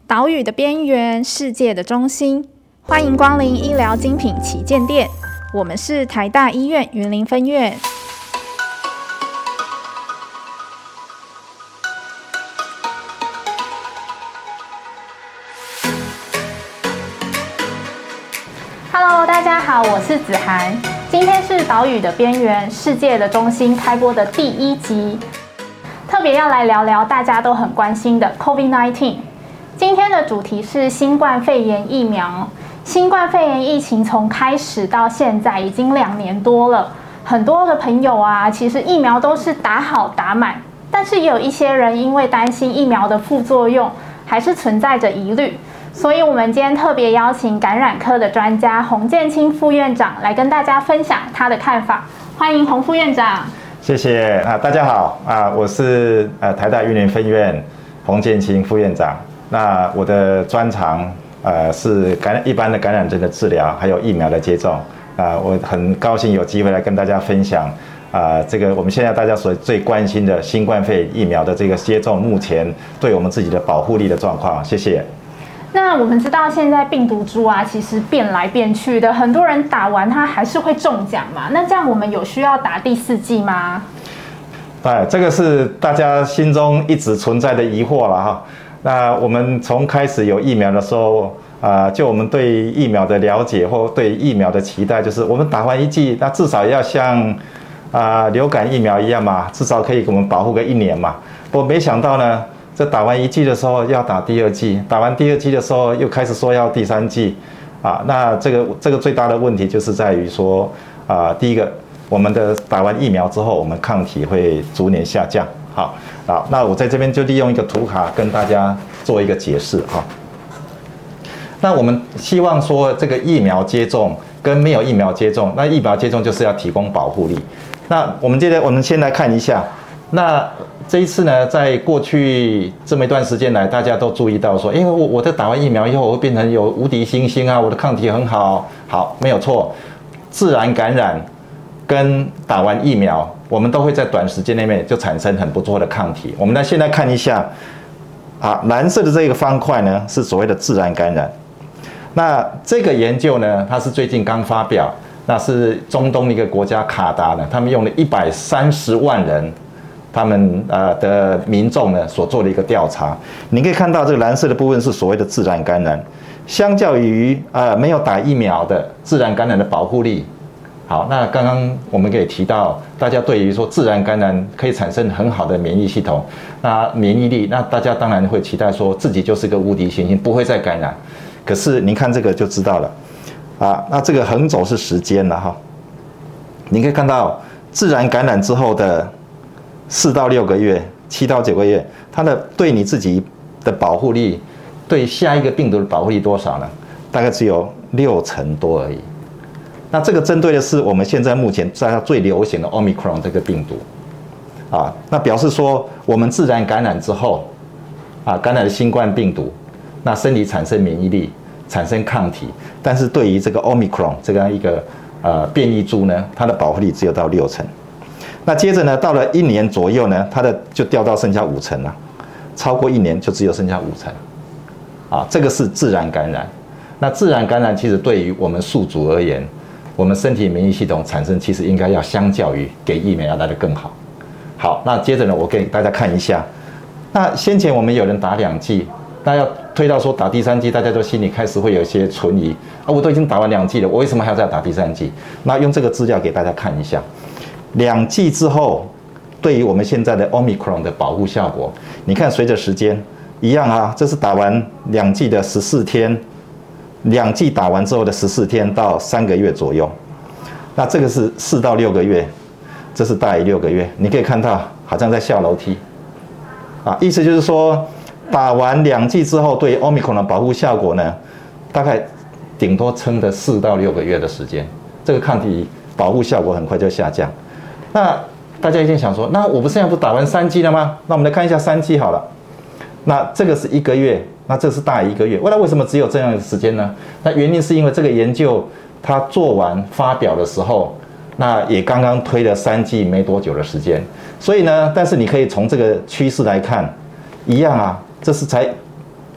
岛屿的边缘，世界的中心。欢迎光临医疗精品旗舰店，我们是台大医院云林分院。Hello， 大家好，我是子涵。今天是岛屿的边缘，世界的中心开播的第1集，特别要来聊聊大家都很关心的 COVID-19。今天的主题是新冠肺炎疫苗。新冠肺炎疫情从开始到现在已经2年多了，很多的朋友啊，其实疫苗都是打好打满，但是也有一些人因为担心疫苗的副作用，还是存在着疑虑。所以我们今天特别邀请感染科的专家洪建清副院长来跟大家分享他的看法。欢迎洪副院长。 谢谢大家好我是台大云林分院洪建清副院长。那我的专长是一般的感染症的治疗，还有疫苗的接种。我很高兴有机会来跟大家分享这个我们现在大家所最关心的新冠肺炎疫苗的这个接种，目前对我们自己的保护力的状况。谢谢。 那我们知道现在病毒株其实变来变去的，很多人打完它还是会中奖嘛。那这样我们有需要打第4剂吗？ 这个是大家心中一直存在的疑惑了哈。那我们从开始有疫苗的时候就我们对疫苗的了解或对疫苗的期待，就是我们打完1剂，那至少要像流感疫苗一样嘛，至少可以给我们保护个1年嘛。不过没想到呢，这打完1剂的时候要打第2剂，打完第2剂的时候又开始说要第3剂那这个最大的问题就是在于说第一个，我们的打完疫苗之后，我们抗体会逐年下降。好，那我在这边就利用一个图卡跟大家做一个解释那我们希望说这个疫苗接种跟没有疫苗接种，那疫苗接种就是要提供保护力。那我们先来看一下，那这一次呢，在过去这么一段时间来，大家都注意到说，因为我在打完疫苗以后，我会变成有无敌星星我的抗体很好。好，没有错，自然感染跟打完疫苗，我们都会在短时间内面就产生很不错的抗体。我们现在看一下蓝色的这个方块呢，是所谓的自然感染。那这个研究呢，它是最近刚发表，那是中东一个国家卡达呢，他们用了130万人，他们的民众呢所做的一个调查。你可以看到这个蓝色的部分是所谓的自然感染，相较于没有打疫苗的自然感染的保护力。好，那刚刚我们也提到，大家对于说自然感染可以产生很好的免疫系统，那免疫力，那大家当然会期待说自己就是个无敌星星，不会再感染。可是您看这个就知道了那这个横轴是时间了你可以看到自然感染之后的4到6个月、7到9个月，它的对你自己的保护力，对下一个病毒的保护力多少呢？大概只有60%多而已。那这个针对的是我们现在目前在最流行的 Omicron 这个病毒那表示说我们自然感染之后感染了新冠病毒，那身体产生免疫力，产生抗体，但是对于这个 Omicron 这样一个变异株呢，它的保护力只有到60%。那接着呢，到了1年左右呢，它就掉到剩下50%了，超过1年就只有剩下50%这个是自然感染。那自然感染其实对于我们宿主而言，我们身体免疫系统产生其实应该要相较于给疫苗要来得更好。好，那接着呢，我给大家看一下。那先前我们有人打2剂，那要推到说打第3剂，大家都心里开始会有一些存疑我都已经打完2剂了，我为什么还要再打第3剂？那用这个资料给大家看一下，2剂之后对于我们现在的 Omicron 的保护效果，你看随着时间一样这是打完2剂的14天。2剂打完之后的14天到3个月左右，那这个是4到6个月，这是大于6个月。你可以看到好像在下楼梯意思就是说打完2剂之后对 Omicron 的保护效果呢，大概顶多撑的4到6个月的时间，这个抗体保护效果很快就下降。那大家一定想说，那我不是现在不打完3剂了吗？那我们来看一下3剂好了。那这个是1个月，那这是大于1个月。为什么只有这样的时间呢？那原因是因为这个研究它做完发表的时候，那也刚刚推了3剂没多久的时间，所以呢，但是你可以从这个趋势来看，一样这是才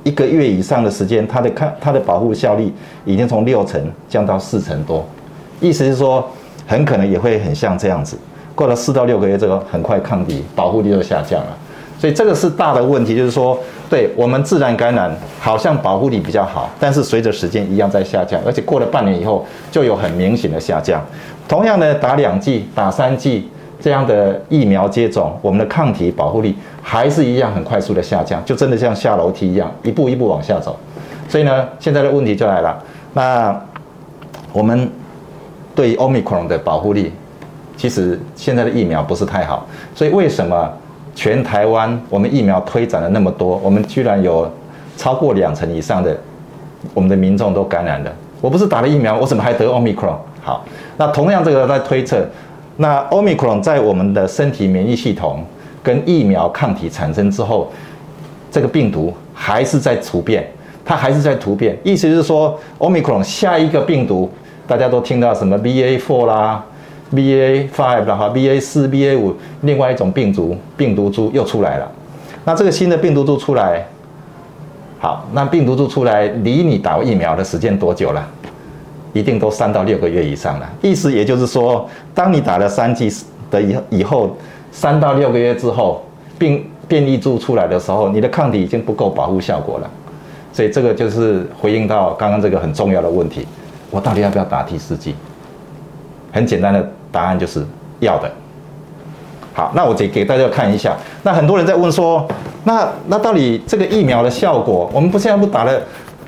1个月以上的时间，它的保护效力已经从60%降到40%多，意思是说很可能也会很像这样子，过了4到6个月，这个很快抗体保护力就下降了。所以这个是大的问题，就是说，对我们自然感染好像保护力比较好，但是随着时间一样在下降，而且过了半年以后就有很明显的下降。同样的，打2剂、打3剂这样的疫苗接种，我们的抗体保护力还是一样很快速的下降，就真的像下楼梯一样，一步一步往下走。所以呢，现在的问题就来了，那我们对 Omicron 的保护力，其实现在的疫苗不是太好，所以为什么全台湾我们疫苗推展了那么多，我们居然有超过20%以上的我们的民众都感染了？我不是打了疫苗，我怎么还得 Omicron？ 好，那同样这个在推测，那 Omicron 在我们的身体免疫系统跟疫苗抗体产生之后，这个病毒还是在突变，它还是在突变，意思是说 Omicron 下一个病毒，大家都听到什么 BA4 啦。BA5 啦，BA4、BA5，另外一种病毒株又出来了。那这个新的病毒株出来，好，那病毒株出来，离你打疫苗的时间多久了？一定都3到6个月以上了。意思也就是说，当你打了3剂的以后，3到6个月之后，变异株出来的时候，你的抗体已经不够保护效果了。所以这个就是回应到刚刚这个很重要的问题：我到底要不要打第4剂？很简单的答案就是要的。好，那我给大家看一下。那很多人在问说，那到底这个疫苗的效果，我们现在不打了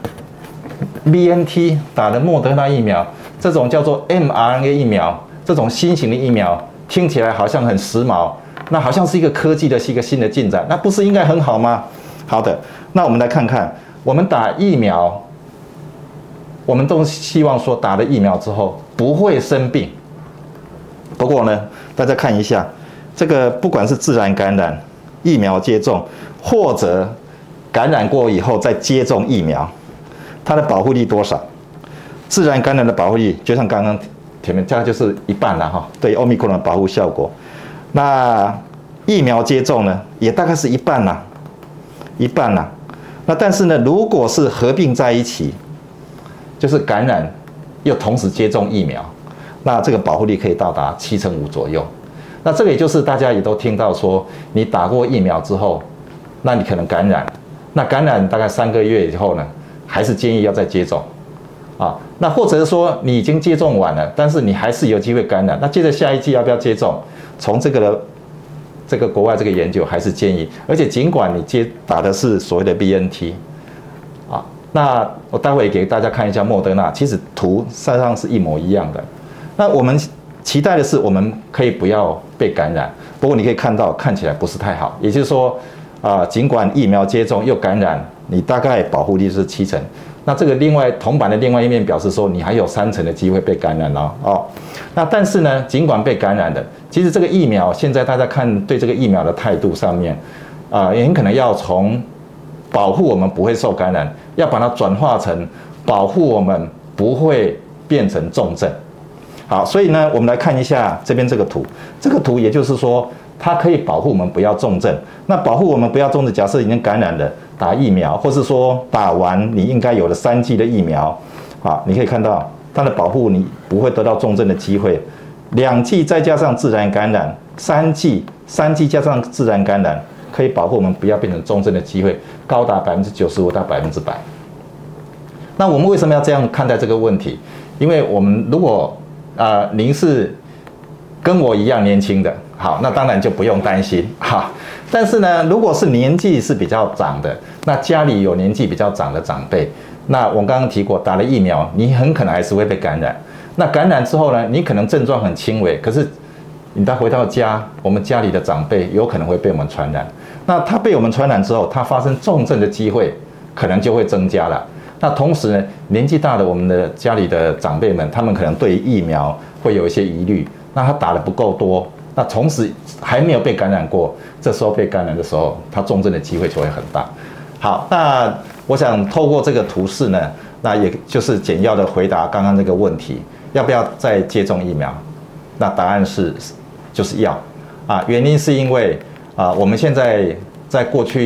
BNT， 打了莫德纳疫苗，这种叫做 mRNA 疫苗，这种新型的疫苗，听起来好像很时髦，那好像是一个科技的一个新的进展，那不是应该很好吗？好的，那我们来看看，我们打疫苗，我们都希望说打了疫苗之后不会生病。不过呢，大家看一下，这个不管是自然感染、疫苗接种，或者感染过以后再接种疫苗，它的保护力多少？自然感染的保护力就像刚刚前面大概就是一半了哈，对 Omicron 的保护效果。那疫苗接种呢，也大概是一半啦，一半啦。那但是呢，如果是合并在一起，就是感染又同时接种疫苗，那这个保护力可以到达75%左右。那这个也就是大家也都听到说，你打过疫苗之后，那你可能感染，那感染大概3个月以后呢，还是建议要再接种啊。那或者是说你已经接种完了，但是你还是有机会感染，那接着下一剂要不要接种？从这个国外这个研究还是建议，而且尽管你打的是所谓的 BNT 啊，那我待会给大家看一下莫德纳，其实图实上是一模一样的。那我们期待的是，我们可以不要被感染。不过你可以看到，看起来不是太好。也就是说，尽管疫苗接种又感染，你大概保护力是70%。那这个铜板的另外一面表示说，你还有30%的机会被感染了哦。那但是呢，尽管被感染的，其实这个疫苗现在大家看对这个疫苗的态度上面，也很可能要从保护我们不会受感染，要把它转化成保护我们不会变成重症。好，所以呢，我们来看一下这边这个图。这个图也就是说，它可以保护我们不要重症。那保护我们不要重症，假设已经感染了，打疫苗，或是说打完你应该有的3剂的疫苗，你可以看到它的保护你不会得到重症的机会。2剂再加上自然感染，3剂加上自然感染，可以保护我们不要变成重症的机会高达95%到100%。那我们为什么要这样看待这个问题？因为我们如果您是跟我一样年轻的，好，那当然就不用担心哈。但是呢，如果是年纪是比较长的，那家里有年纪比较长的长辈，那我刚刚提过，打了疫苗，你很可能还是会被感染。那感染之后呢，你可能症状很轻微，可是你再回到家，我们家里的长辈有可能会被我们传染。那他被我们传染之后，他发生重症的机会可能就会增加了。那同时呢，年纪大的我们的家里的长辈们，他们可能对疫苗会有一些疑虑，那他打得不够多，那同时还没有被感染过，这时候被感染的时候，他重症的机会就会很大。好，那我想透过这个图示呢，那也就是简要的回答刚刚这个问题，要不要再接种疫苗？那答案就是要原因是因为我们现在在过去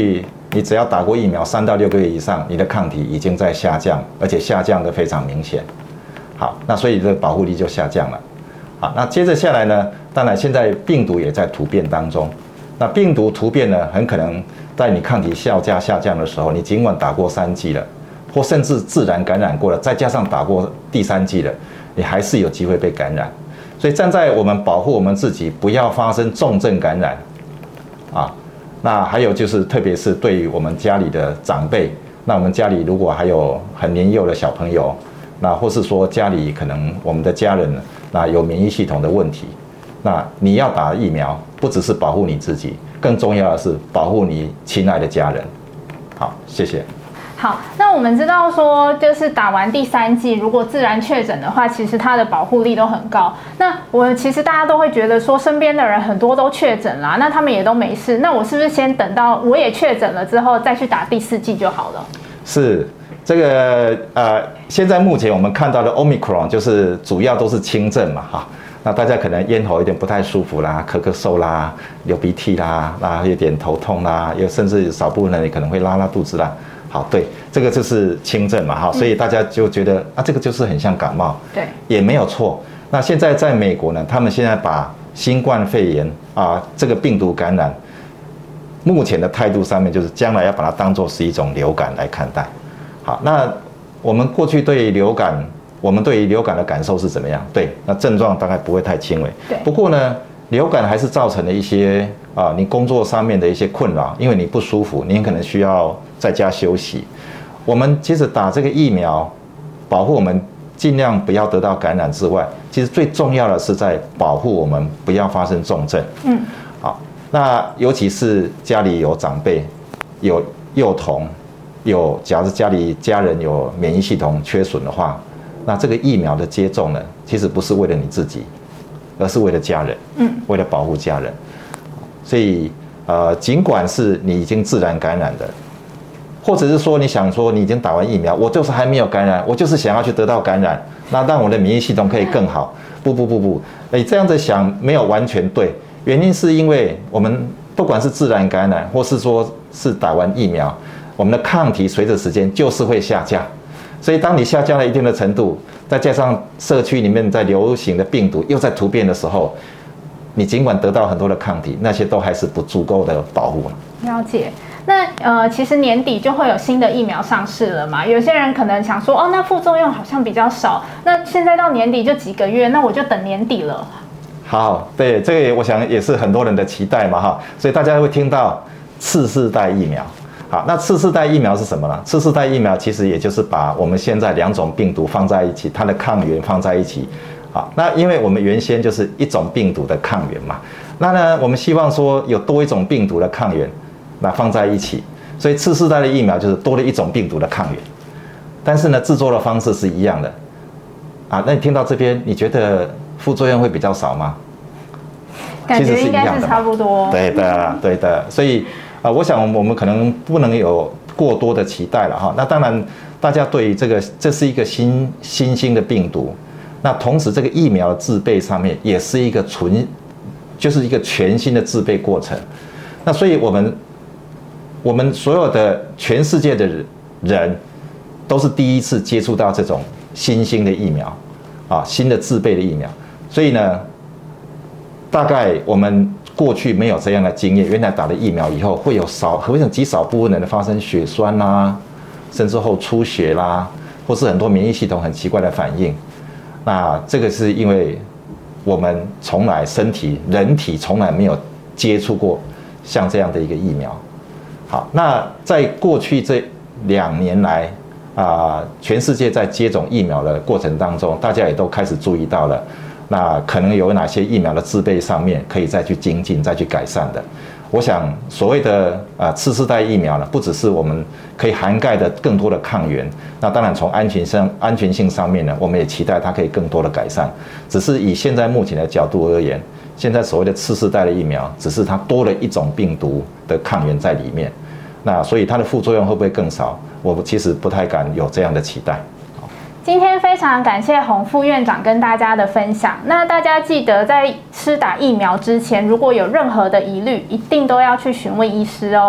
你只要打过疫苗3到6个月以上，你的抗体已经在下降，而且下降的非常明显。好，那所以这个保护力就下降了。好，那接着下来呢，当然现在病毒也在突变当中。那病毒突变呢，很可能在你抗体下降的时候，你尽管打过3剂了，或甚至自然感染过了，再加上打过第3剂了，你还是有机会被感染。所以站在我们保护我们自己，不要发生重症感染，啊，那还有就是，特别是对于我们家里的长辈，那我们家里如果还有很年幼的小朋友，那或是说家里可能我们的家人那有免疫系统的问题，那你要打疫苗，不只是保护你自己，更重要的是保护你亲爱的家人。好，谢谢。 好，那我们知道说，就是打完第3剂，如果自然确诊的话，其实它的保护力都很高。那其实大家都会觉得说，身边的人很多都确诊啦，那他们也都没事，那我是不是先等到我也确诊了之后，再去打第4剂就好了？ 是这个现在目前我们看到的 Omicron 就是主要都是轻症嘛，哈。那大家可能咽喉有点不太舒服啦，咳嗽啦，流鼻涕啦，那有点头痛啦，甚至少部分人也可能会拉肚子啦。好，对，这个就是轻症嘛，哈，所以大家就觉得这个就是很像感冒， 对， 也没有错。那现在在美国呢，他们现在把新冠肺炎这个病毒感染，目前的态度上面就是将来要把它当作是一种流感来看待。好，那我们过去对流感，我们对于流感的感受是怎么样？对，那症状大概不会太轻微， 对。 不过呢，流感还是造成了一些你工作上面的一些困扰，因为你不舒服，你可能需要在家休息。我们其实打这个疫苗，保护我们尽量不要得到感染之外，其实最重要的是在保护我们不要发生重症。好，那尤其是家里有长辈、有幼童、假如家里家人有免疫系统缺损的话，那这个疫苗的接种呢，其实不是为了你自己，而是为了家人，为了保护家人。所以尽管是你已经自然感染的，或者是说你想说你已经打完疫苗，我就是还没有感染，我就是想要去得到感染，那让我的免疫系统可以更好。不，你这样子想没有完全对，原因是因为我们不管是自然感染，或是说是打完疫苗，我们的抗体随着时间就是会下降。所以当你下降了一定的程度，再加上社区里面在流行的病毒又在突变的时候，你尽管得到很多的抗体，那些都还是不足够的保护。 了解。那其实年底就会有新的疫苗上市了嘛？有些人可能想说，那副作用好像比较少。那现在到年底就几个月，那我就等年底了。 好，对，这个我想也是很多人的期待嘛，哈。所以大家会听到次世代疫苗。好，那次世代疫苗是什么呢？次世代疫苗其实也就是把我们现在2种病毒放在一起，它的抗原放在一起。好，那因为我们原先就是一种病毒的抗原嘛，那呢，我们希望说有多一种病毒的抗原，那放在一起，所以次世代的疫苗就是多了一种病毒的抗原，但是呢，制作的方式是一样的。那你听到这边，你觉得副作用会比较少吗？ 感觉应该是差不多。 对的，所以我想我们可能不能有过多的期待了哈。那当然，大家对于这是一个新兴的病毒，那同时这个疫苗的制备上面也是一个就是一个全新的制备过程。那所以我们所有的全世界的人都是第一次接触到这种新兴的疫苗新的制备的疫苗，所以呢，大概我们过去没有这样的经验，原来打了疫苗以后会有极少部分人发生血栓啦，甚至后出血啦，或是很多免疫系统很奇怪的反应。那这个是因为我们人体从来没有接触过像这样的一个疫苗。好，那在过去这2年来全世界在接种疫苗的过程当中，大家也都开始注意到了，那可能有哪些疫苗的制备上面可以再去精进、再去改善的。我想所谓的次世代疫苗呢，不只是我们可以涵盖的更多的抗原，那当然从安全性上面呢，我们也期待它可以更多的改善。只是以现在目前的角度而言，现在所谓的次世代的疫苗，只是它多了一种病毒的抗原在里面，那所以它的副作用会不会更少？我其实不太敢有这样的期待。 今天非常感谢洪副院长跟大家的分享。那大家记得在施打疫苗之前，如果有任何的疑虑，一定都要去询问医师哦。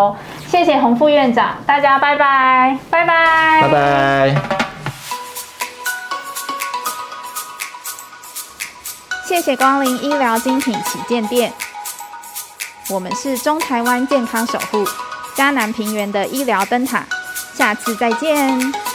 谢谢洪副院长，大家拜拜，拜拜， 拜拜。 谢谢光临医疗精品旗舰店，我们是中台湾健康守护，嘉南平原的医疗灯塔，下次再见。